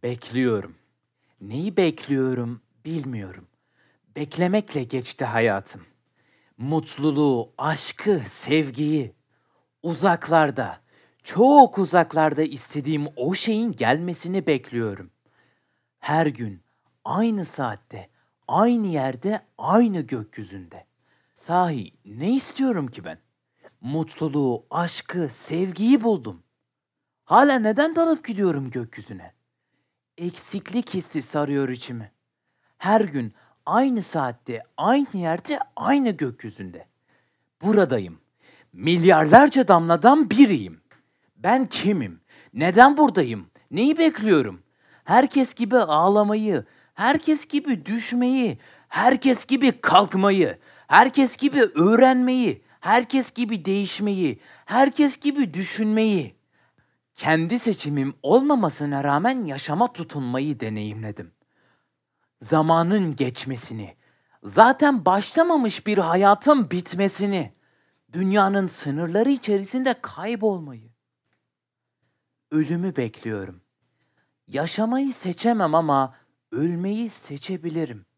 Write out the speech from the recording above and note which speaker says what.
Speaker 1: Bekliyorum. Neyi bekliyorum bilmiyorum. Beklemekle geçti hayatım. Mutluluğu, aşkı, sevgiyi. Uzaklarda, çok uzaklarda istediğim o şeyin gelmesini bekliyorum. Her gün, aynı saatte, aynı yerde, aynı gökyüzünde. Sahi ne istiyorum ki ben? Mutluluğu, aşkı, sevgiyi buldum. Hala neden dalıp gidiyorum gökyüzüne? Eksiklik hissi sarıyor içimi. Her gün aynı saatte, aynı yerde, aynı gökyüzünde. Buradayım. Milyarlarca damladan biriyim. Ben kimim? Neden buradayım? Neyi bekliyorum? Herkes gibi ağlamayı, herkes gibi düşmeyi, herkes gibi kalkmayı, herkes gibi öğrenmeyi, herkes gibi değişmeyi, herkes gibi düşünmeyi. Kendi seçimim olmamasına rağmen yaşama tutunmayı deneyimledim. Zamanın geçmesini, zaten başlamamış bir hayatın bitmesini, dünyanın sınırları içerisinde kaybolmayı. Ölümü bekliyorum. Yaşamayı seçemem ama ölmeyi seçebilirim.